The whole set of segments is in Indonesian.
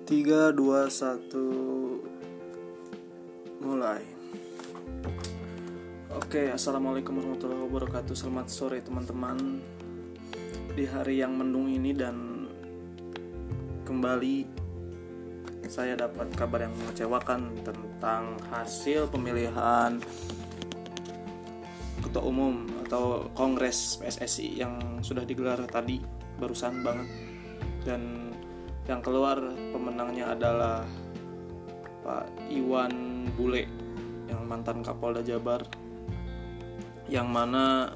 3, 2, 1 mulai. Oke, assalamualaikum warahmatullahi wabarakatuh. Selamat sore teman-teman. Di hari yang mendung ini dan kembali saya dapat kabar yang mengecewakan tentang hasil pemilihan ketua umum atau kongres PSSI yang sudah digelar tadi barusan banget. Dan yang keluar pemenangnya adalah Pak Iwan Bule yang mantan Kapolda Jabar, yang mana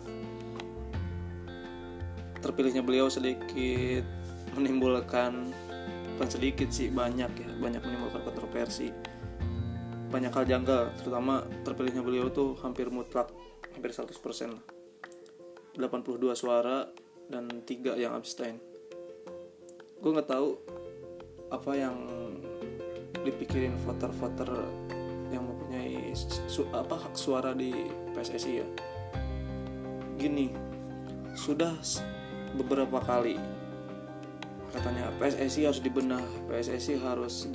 terpilihnya beliau sedikit menimbulkan, bukan sedikit sih, banyak menimbulkan kontroversi, banyak hal janggal. Terutama terpilihnya beliau tuh hampir mutlak, hampir 100% lah, 82 suara dan 3 yang abstain. Gue nggak tahu apa yang dipikirin voter-voter yang mempunyai hak suara di PSSI ya. Gini, sudah beberapa kali katanya PSSI harus dibenah, PSSI harus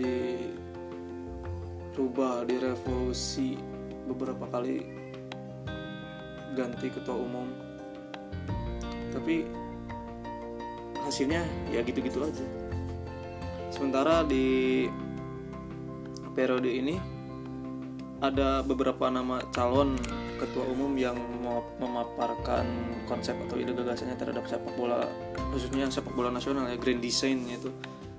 dirubah, direvolusi, beberapa kali ganti ketua umum, tapi hasilnya ya gitu-gitu aja. Sementara di periode ini ada beberapa nama calon ketua umum yang memaparkan konsep atau ide gagasannya terhadap sepak bola, khususnya sepak bola nasional ya, grand design itu.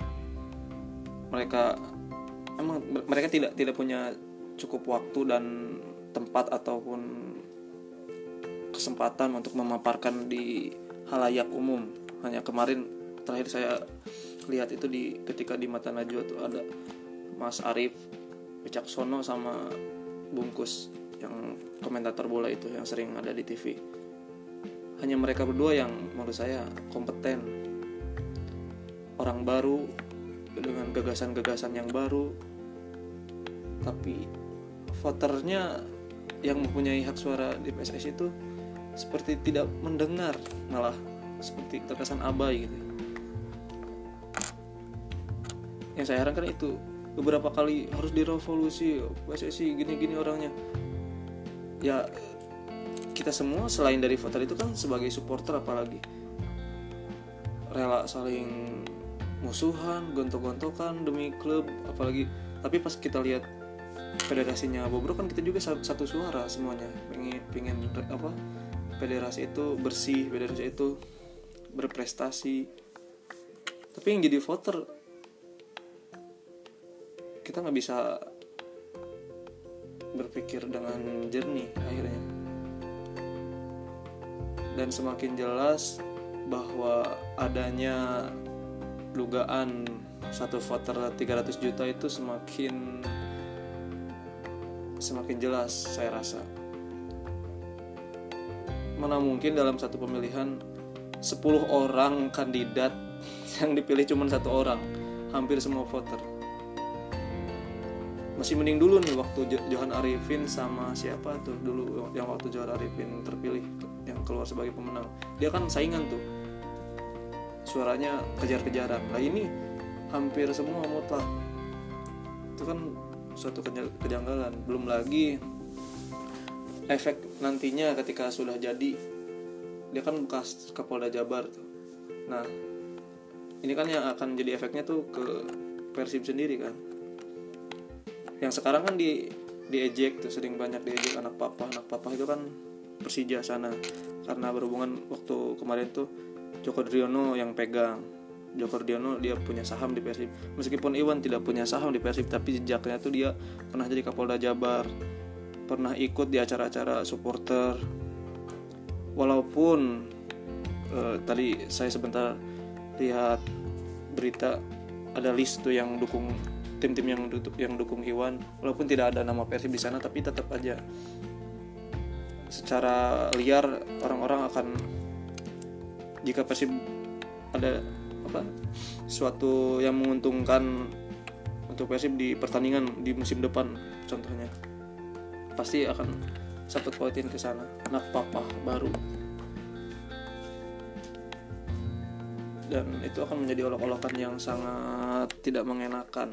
Mereka tidak punya cukup waktu dan tempat ataupun kesempatan untuk memaparkan di halayak umum. Hanya kemarin terakhir saya lihat itu ketika di Mata Najwa tuh ada Mas Arief Wicaksono sama Bungkus yang komentator bola itu yang sering ada di TV. Hanya mereka berdua yang menurut saya kompeten, orang baru dengan gagasan-gagasan yang baru, tapi voternya yang mempunyai hak suara di PSSI itu seperti tidak mendengar, malah seperti terkesan abai gitu. Yang saya herankan itu, beberapa kali harus direvolusi PSSI gini-gini orangnya. Ya kita semua selain dari voter itu kan sebagai supporter, apalagi rela saling musuhan, gontok-gontokan demi klub, apalagi. Tapi pas kita lihat federasinya bobrok kan kita juga satu suara semuanya, pengen federasi itu bersih, federasi itu berprestasi. Tapi yang jadi voter kita nggak bisa berpikir dengan jernih akhirnya. Dan semakin jelas bahwa adanya dugaan satu voter 300 juta itu semakin jelas saya rasa. Mana mungkin dalam satu pemilihan 10 orang kandidat yang dipilih cuma 1 orang, hampir semua voter. Masih mending dulu nih waktu Johan Arifin sama siapa tuh dulu, yang waktu Johan Arifin terpilih yang keluar sebagai pemenang, dia kan saingan tuh, suaranya kejar-kejaran. Nah ini hampir semua mutlak, itu kan suatu kejanggalan. Belum lagi efek nantinya ketika sudah jadi, dia kan bekas Kapolda Jabar tuh. Nah ini kan yang akan jadi efeknya tuh ke Persib sendiri kan, yang sekarang kan diejek tuh, sering banyak diejek anak papa itu kan Persija sana, karena berhubungan waktu kemarin tuh Joko Driono yang pegang. Joko Driono dia punya saham di Persib, meskipun Iwan tidak punya saham di Persib, tapi jejaknya tuh dia pernah jadi Kapolda Jabar, pernah ikut di acara-acara supporter. Walaupun tadi saya sebentar lihat berita, ada list tuh yang dukung tim-tim yang dukung Iwan, walaupun tidak ada nama Persib di sana, tapi tetap aja secara liar orang-orang akan, jika Persib ada suatu yang menguntungkan untuk Persib di pertandingan di musim depan contohnya, pasti akan sangkut pautin ke sana, anak papa baru. dan itu akan menjadi olok-olokan yang sangat tidak mengenakan.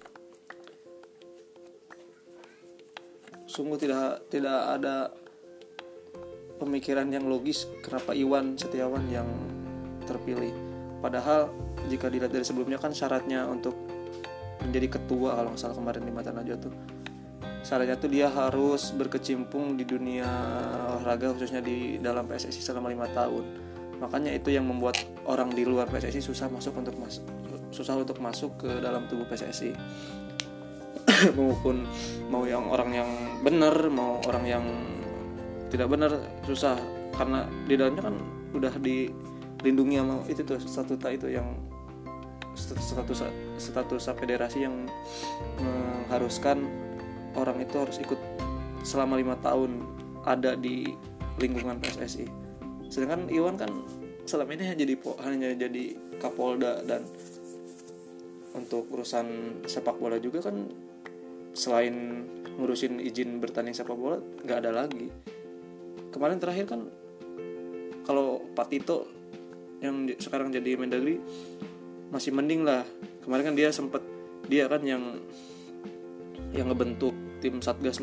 Sungguh tidak ada pemikiran yang logis kenapa Iwan Setiawan yang terpilih. Padahal jika dilihat dari sebelumnya kan syaratnya untuk menjadi ketua, kalau nggak salah kemarin di Mata Najwa tuh, syaratnya tuh dia harus berkecimpung di dunia olahraga khususnya di dalam PSSI selama 5 tahun. Makanya itu yang membuat orang di luar PSSI susah untuk masuk ke dalam tubuh PSSI. Maupun mau yang orang yang benar, mau orang yang tidak benar, susah karena di dalamnya kan udah dilindungi sama itu tuh statuta itu yang status federasi yang mengharuskan orang itu harus ikut selama 5 tahun ada di lingkungan PSSI. Sedangkan Iwan kan selama ini hanya jadi Kapolda, dan untuk urusan sepak bola juga kan selain ngurusin izin bertanding sepak bola nggak ada lagi. Kemarin terakhir kan kalau Pak Tito yang sekarang jadi Mendagri masih mending lah. Kemarin kan dia kan yang ngebentuk tim Satgas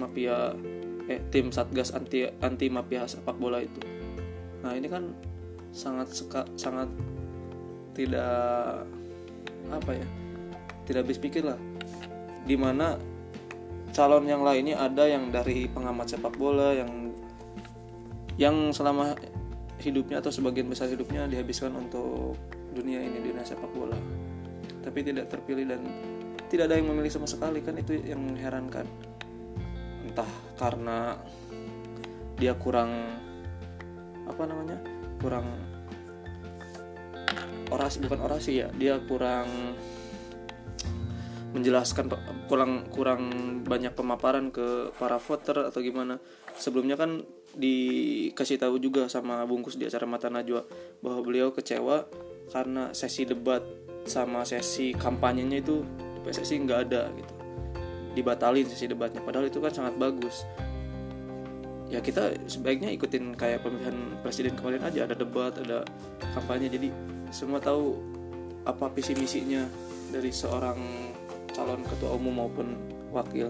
anti mafia sepak bola itu. Nah ini kan sangat tidak tidak habis pikir lah, dimana calon yang lainnya ada yang dari pengamat sepak bola yang selama hidupnya atau sebagian besar hidupnya dihabiskan untuk dunia sepak bola, tapi tidak terpilih dan tidak ada yang memilih sama sekali. Kan itu yang mengherankan. Entah karena dia kurang dia kurang menjelaskan, kurang banyak pemaparan ke para voter atau gimana. Sebelumnya kan dikasih tahu juga sama Bungkus di acara Mata Najwa bahwa beliau kecewa karena sesi debat sama sesi kampanyenya itu di PSSI nggak ada gitu, dibatalin sesi debatnya, padahal itu kan sangat bagus. Ya kita sebaiknya ikutin kayak pemilihan presiden kemarin aja, ada debat, ada kampanye, jadi semua tahu apa visi misinya dari seorang calon ketua umum maupun wakil.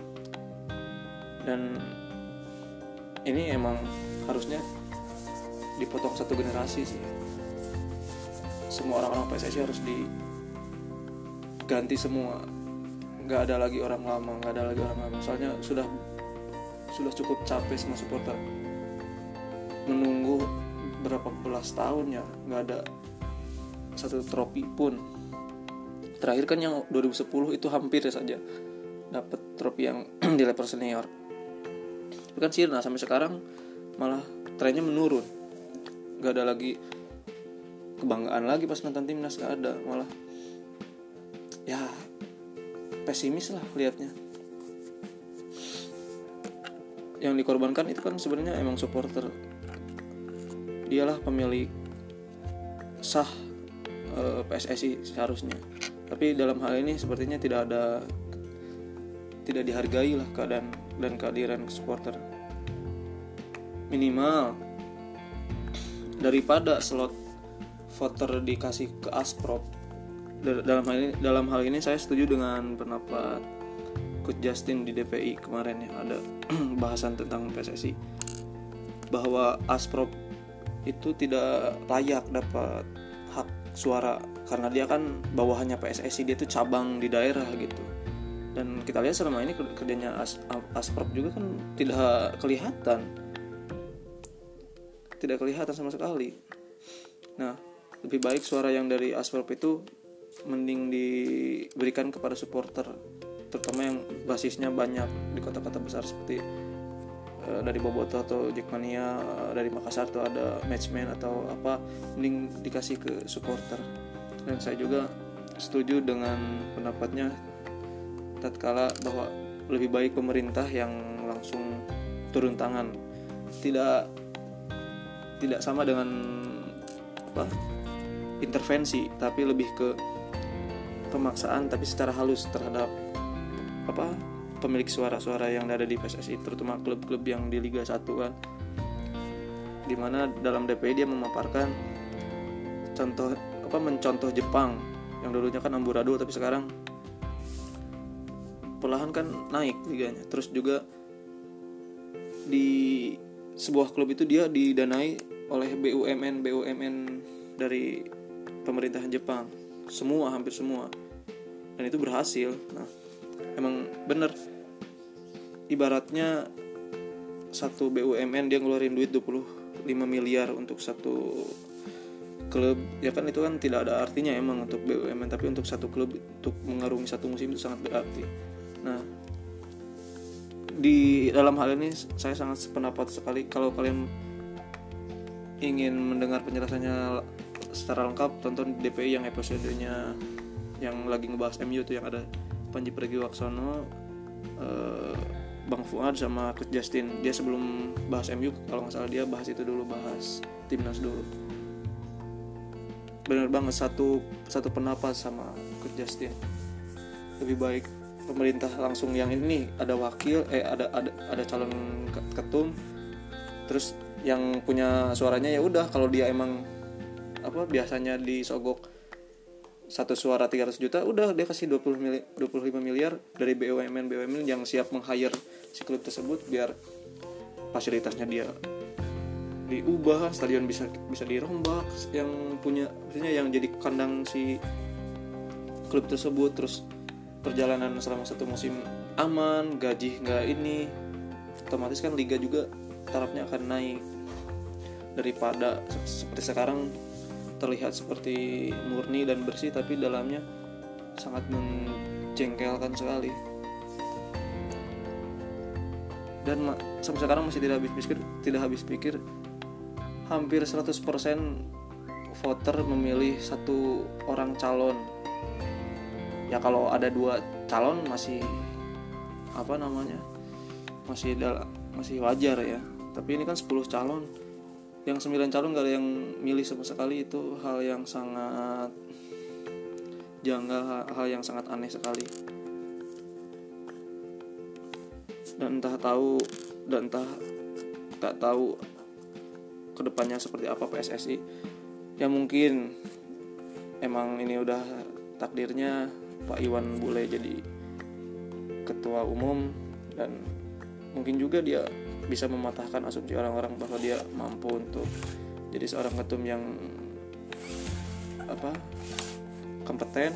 Dan ini emang harusnya dipotong satu generasi sih. Semua orang-orang PSSI harus diganti semua. Nggak ada lagi orang lama. Soalnya sudah cukup capek sama supporter menunggu berapa belas tahun ya nggak ada satu trofi pun. Terakhir kan yang 2010 itu hampir saja dapat trofi yang di level senior. Tapi kan sirna sampai sekarang malah trennya menurun. Gak ada lagi kebanggaan lagi pas nonton timnas, gak ada, malah ya pesimis lah lihatnya. Yang dikorbankan itu kan sebenarnya emang supporter. Dialah pemilik sah PSSI seharusnya. Tapi dalam hal ini sepertinya tidak dihargai lah keadaan dan kehadiran supporter. Minimal daripada slot voter dikasih ke Asprop. Dalam hal ini saya setuju dengan pendapat Coach Justin di DPI kemarin ya, ada bahasan tentang PSSI bahwa Asprop itu tidak layak dapat hak suara karena dia kan bawahannya PSSI, dia tuh cabang di daerah gitu. Dan kita lihat selama ini kerjanya Asprop juga kan tidak kelihatan sama sekali. Nah, lebih baik suara yang dari Asprop itu mending diberikan kepada supporter, terutama yang basisnya banyak di kota-kota besar seperti dari Boboto atau Jackmania, dari Makassar tuh ada matchman atau apa, mending dikasih ke supporter. Dan saya juga setuju dengan pendapatnya tatkala bahwa lebih baik pemerintah yang langsung turun tangan, tidak sama dengan intervensi, tapi lebih ke pemaksaan tapi secara halus terhadap pemilik suara-suara yang ada di PSSI, terutama klub-klub yang di Liga 1 kan, dimana dalam DPI dia memaparkan contoh mencontoh Jepang yang dulunya kan amburadul tapi sekarang perlahan kan naik liganya. Terus juga di sebuah klub itu dia didanai oleh BUMN dari pemerintahan Jepang, hampir semua, dan itu berhasil. Nah, emang bener, ibaratnya satu BUMN dia ngeluarin duit 25 miliar untuk satu klub, ya kan itu kan tidak ada artinya emang untuk BUMN, tapi untuk satu klub untuk mengarungi satu musim itu sangat berarti. Nah, di dalam hal ini saya sangat sependapat sekali. Kalau kalian ingin mendengar penjelasannya secara lengkap, tonton DPI yang episodenya yang lagi ngebahas MU tuh, yang ada Panji Pragiwaksono, Bang Fuad sama Coach Justin. Dia sebelum bahas MU kalau nggak salah dia bahas itu dulu, bahas timnas dulu. Benar banget, satu pendapat sama Coach Justin. Lebih baik pemerintah langsung yang ini ada wakil, ada calon ketum, terus yang punya suaranya ya udah, kalau dia emang biasanya disogok satu suara 300 juta, udah dia kasih 25 miliar dari BUMN yang siap meng-hire si klub tersebut biar fasilitasnya dia diubah, stadion bisa dirombak, yang punya maksudnya yang jadi kandang si klub tersebut, terus perjalanan selama satu musim aman, gaji nggak ini, otomatis kan liga juga tarafnya akan naik daripada seperti sekarang terlihat seperti murni dan bersih tapi dalamnya sangat menjengkelkan sekali. Dan sampai sekarang masih tidak habis pikir hampir 100% voter memilih satu orang calon. Ya kalau ada 2 calon masih masih wajar ya. Tapi ini kan 10 calon, yang 9 calon gak ada yang milih sama sekali. Itu hal yang sangat janggal, hal yang sangat aneh sekali. Dan entah tak tahu kedepannya seperti apa PSSI. Ya mungkin emang ini udah takdirnya Pak Iwan Bule jadi ketua umum, dan mungkin juga dia bisa mematahkan asumsi orang-orang bahwa dia mampu untuk jadi seorang ketum yang kompeten,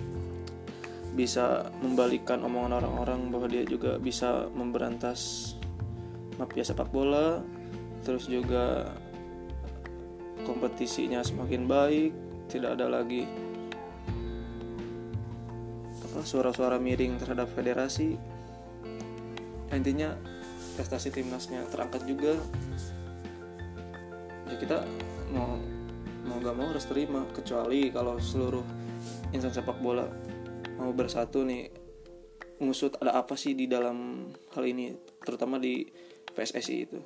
bisa membalikan omongan orang-orang bahwa dia juga bisa memberantas mafia sepak bola, terus juga kompetisinya semakin baik, tidak ada lagi suara-suara miring terhadap federasi. Intinya prestasi timnasnya terangkat juga. Ya kita mau gak mau harus terima, kecuali kalau seluruh insan sepak bola mau bersatu nih, ngusut ada apa sih di dalam hal ini, terutama di PSSI itu.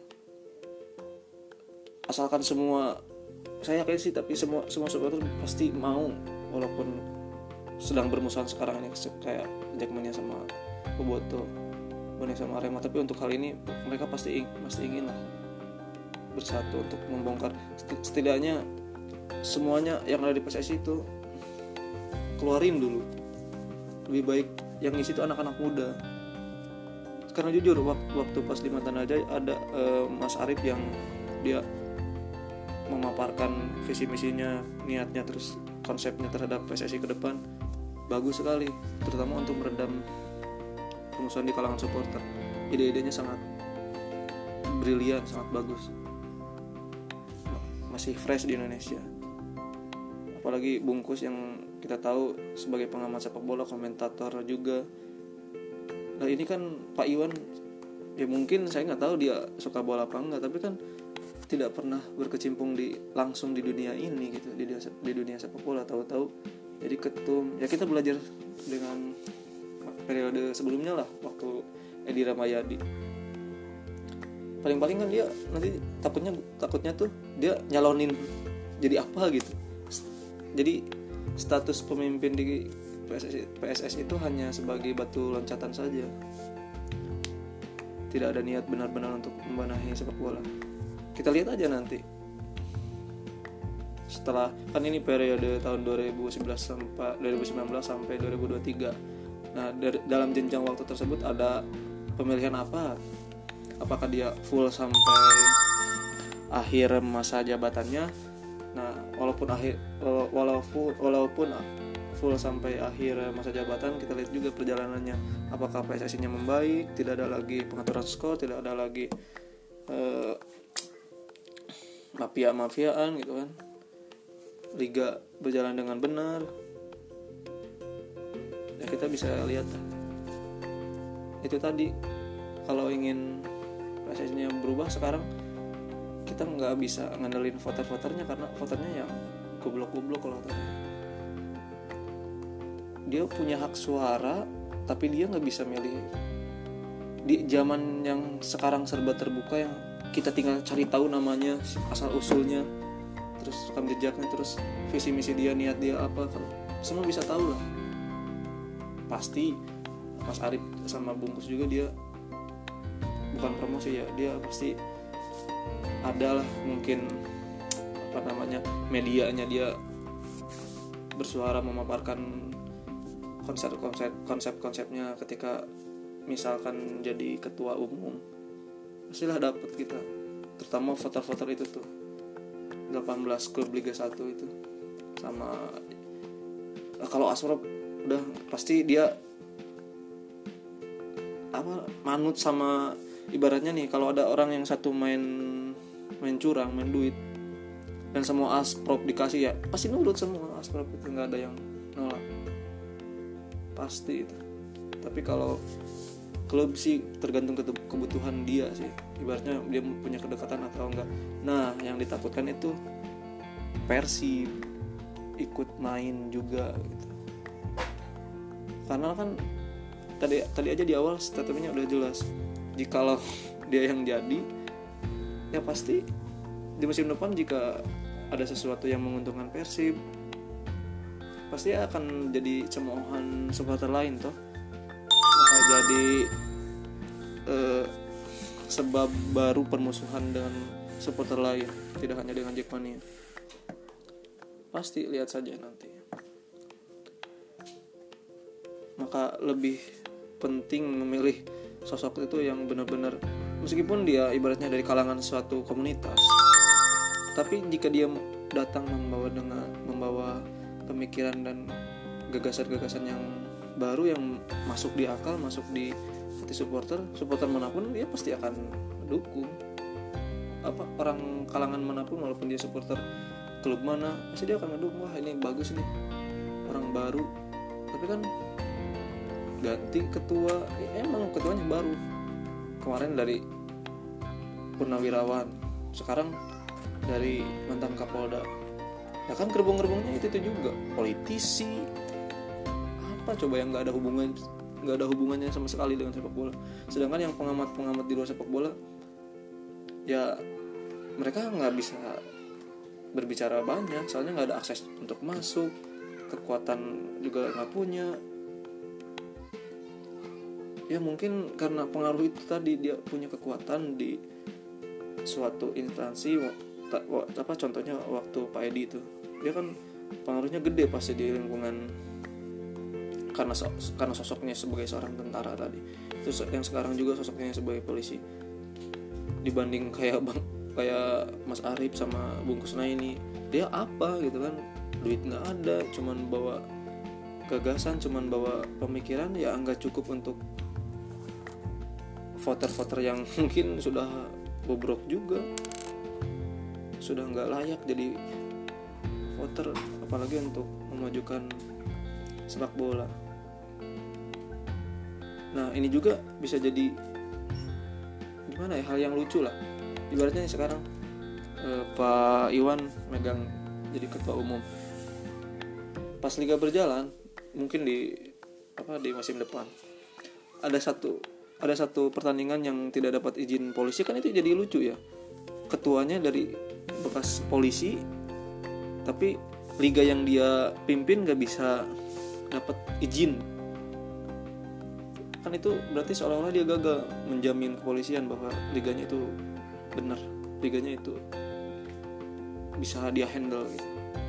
Asalkan semua, saya yakin sih, tapi semua supporter pasti mau, walaupun sedang bermusuhan sekarang ini kayak Jackmania sama Boboto, Bonek sama Arema, tapi untuk hal ini mereka pasti ingin lah bersatu untuk membongkar setidaknya semuanya yang ada di PSSI itu. Keluarin dulu, lebih baik yang ngisi itu anak-anak muda. Karena jujur waktu pas di Matan Aja ada Mas Arif yang dia memaparkan visi misinya, niatnya, terus konsepnya terhadap PSSI ke depan bagus sekali, terutama untuk meredam permusuhan di kalangan supporter. Ide-idenya sangat brilian, sangat bagus, masih fresh di Indonesia. Apalagi Bungkus yang kita tahu sebagai pengamat sepak bola, komentator juga. Nah ini kan Pak Iwan, ya mungkin saya nggak tahu dia suka bola apa enggak, tapi kan tidak pernah berkecimpung langsung di dunia ini gitu, di dunia sepak bola. Tahu-tahu jadi ketum. Ya kita belajar dengan periode sebelumnya lah, waktu Edi Ramayadi. Paling-paling kan dia nanti takutnya tuh dia nyalonin jadi apa gitu. Jadi status pemimpin di PSSI itu hanya sebagai batu loncatan saja. Tidak ada niat benar-benar untuk membenahi sepak bola. Kita lihat aja nanti setelah kan ini periode tahun 2019 sampai 2023. Nah, dalam jenjang waktu tersebut ada pemilihan apa? Apakah dia full sampai akhir masa jabatannya? Nah, walaupun full sampai akhir masa jabatan, kita lihat juga perjalanannya. Apakah PSSI-nya membaik, tidak ada lagi pengaturan skor, tidak ada lagi mafia-mafiaan gitu kan. Liga berjalan dengan benar. Ya kita bisa lihat itu tadi, kalau ingin PSSI-nya berubah sekarang, kita nggak bisa ngandelin voter-voternya, karena voternya yang goblok-goblok kalau katanya. Dia punya hak suara, tapi dia nggak bisa milih. Di zaman yang sekarang serba terbuka, yang kita tinggal cari tahu namanya, asal usulnya, terus rekam jejaknya, terus visi misi dia, niat dia apa, semua bisa tahu lah. Pasti Mas Arif sama Bungkus juga, dia bukan promosi ya, dia pasti adalah mungkin medianya, dia bersuara memaparkan konsep-konsepnya ketika misalkan jadi ketua umum. Pastilah dapat kita, terutama voter-voter itu tuh 18 klub Liga 1 itu. Sama kalau Asprop udah pasti dia manut sama, ibaratnya nih, kalau ada orang yang satu main curang, main duit, dan semua Asprop dikasih, ya pasti nurut semua Asprop itu, nggak ada yang nolak, pasti itu. Tapi kalau klub sih tergantung kebutuhan dia sih, ibaratnya dia punya kedekatan atau enggak. Nah, yang ditakutkan itu Persib ikut main juga gitu. Karena kan tadi aja di awal statementnya udah jelas, jikalau dia yang jadi, ya pasti di musim depan jika ada sesuatu yang menguntungkan Persib, pasti akan jadi cemoohan supporter lain toh. Bakal jadi sebab baru permusuhan dengan supporter lain, tidak hanya dengan Jackmania. Pasti lihat saja nanti. Maka lebih penting memilih sosok itu yang benar-benar, meskipun dia ibaratnya dari kalangan suatu komunitas, tapi jika dia datang membawa pemikiran dan gagasan-gagasan yang baru, yang masuk di akal, masuk di hati supporter manapun, dia pasti akan mendukung. Orang kalangan manapun, walaupun dia supporter klub mana, pasti dia akan mendukung. Wah, ini bagus nih, orang baru. Tapi kan ganti ketua, emang ketuanya baru, kemarin dari Purnawirawan, sekarang dari mantan Kapolda. Ya kan gerbong-gerbongnya itu juga politisi. Apa coba yang nggak ada hubungannya sama sekali dengan sepak bola. Sedangkan yang pengamat di luar sepak bola, ya mereka nggak bisa berbicara banyak, soalnya nggak ada akses untuk masuk, kekuatan juga nggak punya. Ya mungkin karena pengaruh itu tadi, dia punya kekuatan di suatu instansi. Contohnya waktu Pak Edi itu, dia kan pengaruhnya gede pasti di lingkungan, karena sosoknya sebagai seorang tentara tadi. Terus yang sekarang juga sosoknya sebagai polisi. Dibanding kayak Mas Arif sama Bungkus ini, dia apa gitu kan, duit nggak ada, cuman bawa gagasan, cuman bawa pemikiran, ya nggak cukup untuk voter-voter yang mungkin sudah bobrok juga, sudah nggak layak jadi voter, apalagi untuk memajukan sepak bola. Nah, ini juga bisa jadi gimana ya, hal yang lucu lah. Ibaratnya sekarang Pak Iwan megang jadi ketua umum. Pas liga berjalan, mungkin di musim depan ada satu pertandingan yang tidak dapat izin polisi, kan itu jadi lucu ya. Ketuanya dari bekas polisi, tapi liga yang dia pimpin gak bisa dapat izin. Kan itu berarti seolah-olah dia gagal menjamin kepolisian bahwa liganya itu benar, liganya itu bisa dia handle gitu.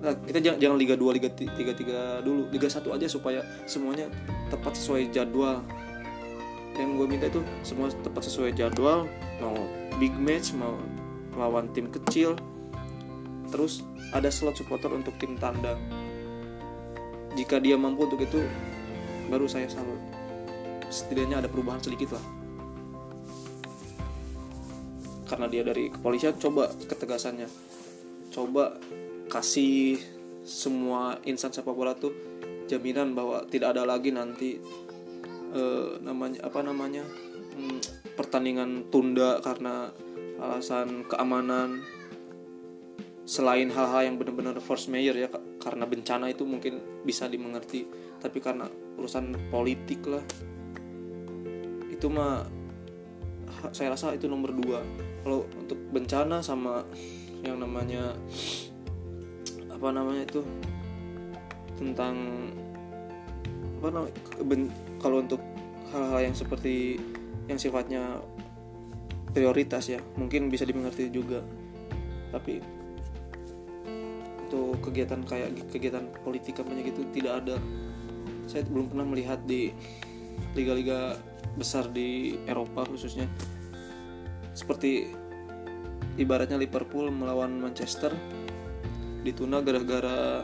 Nah, kita jangan Liga 2, Liga 3 dulu, Liga 1 aja supaya semuanya tepat sesuai jadwal. Yang gue minta itu semua tepat sesuai jadwal, mau big match, mau lawan tim kecil, terus ada slot supporter untuk tim tandang. Jika dia mampu untuk itu, baru saya salut. Setidaknya ada perubahan sedikit lah. Karena dia dari kepolisian, coba ketegasannya, coba kasih semua insan sepak bola tuh jaminan bahwa tidak ada lagi nanti pertandingan tunda karena alasan keamanan. Selain hal-hal yang benar-benar force majeure ya, karena bencana itu mungkin bisa dimengerti, tapi karena urusan politik lah, itu mah saya rasa itu nomor 2. Kalau untuk bencana sama yang namanya itu tentang kalau untuk hal-hal yang seperti yang sifatnya prioritas ya, mungkin bisa dimengerti juga. Tapi untuk kegiatan politik kampanye gitu tidak ada. Saya belum pernah melihat di liga-liga besar di Eropa khususnya, seperti ibaratnya Liverpool melawan Manchester ditunda gara-gara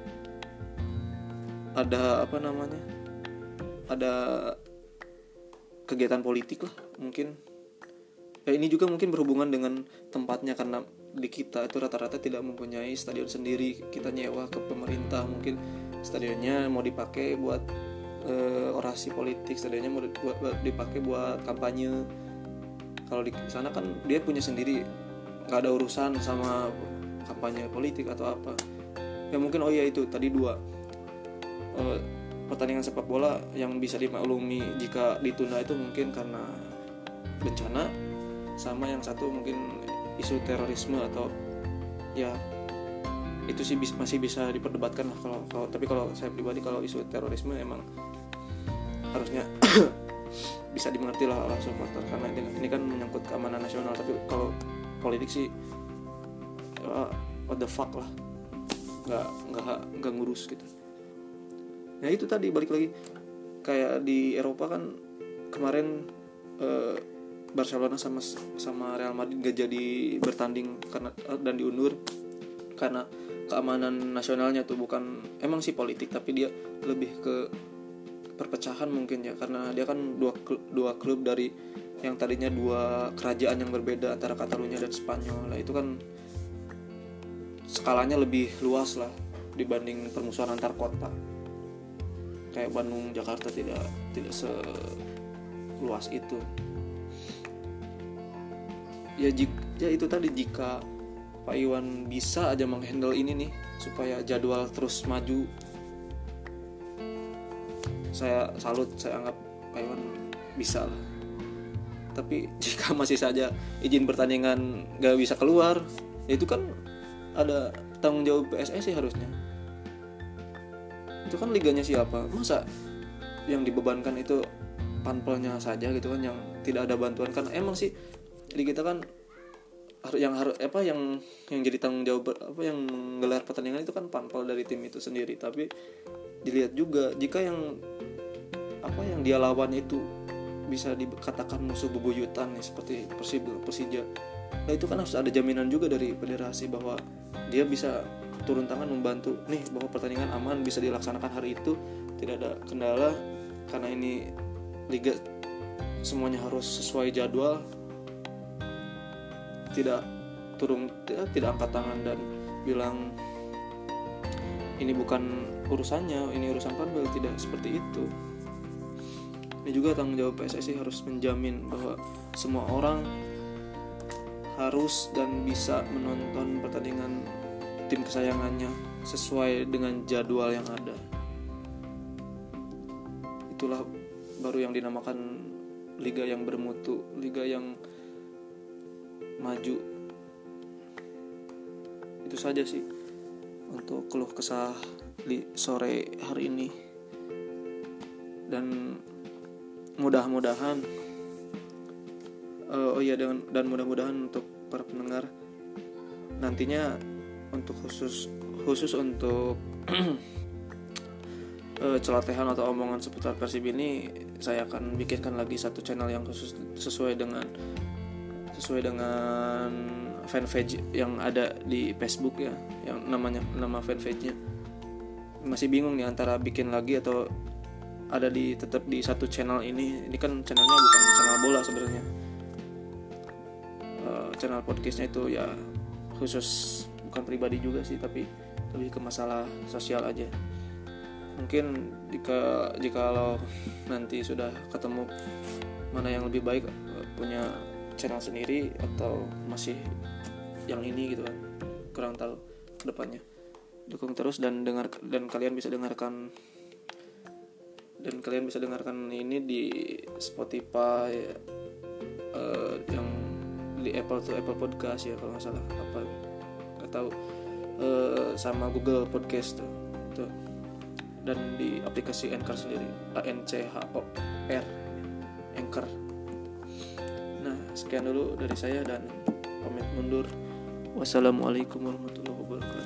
ada ada kegiatan politik lah mungkin. Ini juga mungkin berhubungan dengan tempatnya, karena di kita itu rata-rata tidak mempunyai stadion sendiri, kita nyewa ke pemerintah. Mungkin stadionnya mau dipakai buat orasi politik, stadionnya mau dipakai buat kampanye. Kalau di sana kan dia punya sendiri, nggak ada urusan sama kampanye politik atau apa. Ya mungkin itu tadi 2 pertandingan sepak bola yang bisa dimaklumi jika ditunda itu mungkin karena bencana, sama yang satu mungkin isu terorisme, atau ya itu sih masih bisa diperdebatkan lah. Tapi kalau saya pribadi, kalau isu terorisme emang harusnya bisa dimengerti lah oleh supporter, karena ini kan menyangkut keamanan nasional. Tapi kalau politik sih what the fuck lah, nggak ngurus gitu. Nah itu tadi balik lagi kayak di Eropa kan kemarin Barcelona sama Real Madrid gak jadi bertanding karena dan diundur karena keamanan nasionalnya tuh. Bukan emang sih politik, tapi dia lebih ke perpecahan mungkin ya, karena dia kan dua klub dari yang tadinya 2 kerajaan yang berbeda antara Catalunya dan Spanyol. Nah itu kan skalanya lebih luas lah dibanding permusuhan antar kota. Kayak Bandung, Jakarta tidak seluas itu. Ya itu tadi, jika Pak Iwan bisa aja menghandle ini nih supaya jadwal terus maju, saya salut, saya anggap Pak Iwan bisa lah. Tapi jika masih saja izin pertandingan gak bisa keluar, ya itu kan ada tanggung jawab PSSI harusnya. Itu kan liganya siapa? Masa yang dibebankan itu panpelnya saja gitu kan, yang tidak ada bantuan? Kan emang sih di kita kan yang jadi tanggung jawab yang menggelar pertandingan itu kan panpel dari tim itu sendiri. Tapi dilihat juga jika yang dia lawan itu bisa dikatakan musuh bebuyutan nih, seperti Persija. Nah itu kan harus ada jaminan juga dari federasi bahwa dia bisa turun tangan membantu nih, bahwa pertandingan aman bisa dilaksanakan hari itu, tidak ada kendala. Karena ini liga semuanya harus sesuai jadwal, tidak angkat tangan dan bilang ini bukan urusannya, ini urusan panpel. Tidak seperti itu. Ini juga tanggung jawab PSSI harus menjamin bahwa semua orang harus dan bisa menonton pertandingan tim kesayangannya sesuai dengan jadwal yang ada. Itulah baru yang dinamakan liga yang bermutu, liga yang maju. Itu saja sih untuk keluh kesah di sore hari ini. Dan mudah-mudahan mudah-mudahan untuk para pendengar nantinya, untuk khusus khusus untuk celotehan atau omongan seputar Persib ini, saya akan bikinkan lagi satu channel yang khusus sesuai dengan fanpage yang ada di Facebook ya, yang nama fanpage-nya. Masih bingung nih antara bikin lagi atau ada tetap di satu channel ini. Ini kan channelnya bukan channel bola sebenarnya. Channel podcastnya itu ya khusus, bukan pribadi juga sih, tapi lebih ke masalah sosial aja. Mungkin jikalau nanti sudah ketemu mana yang lebih baik, punya channel sendiri atau masih yang ini gitu kan, kurang tahu kedepannya. Dukung terus dan kalian bisa dengarkan ini di Spotify, yang di Apple Podcast ya kalau nggak salah, apa nggak tahu, sama Google Podcast tuh, dan di aplikasi Anchor sendiri, Anchor, Anchor. Nah, sekian dulu dari saya dan pamit mundur. Wassalamualaikum warahmatullahi wabarakatuh.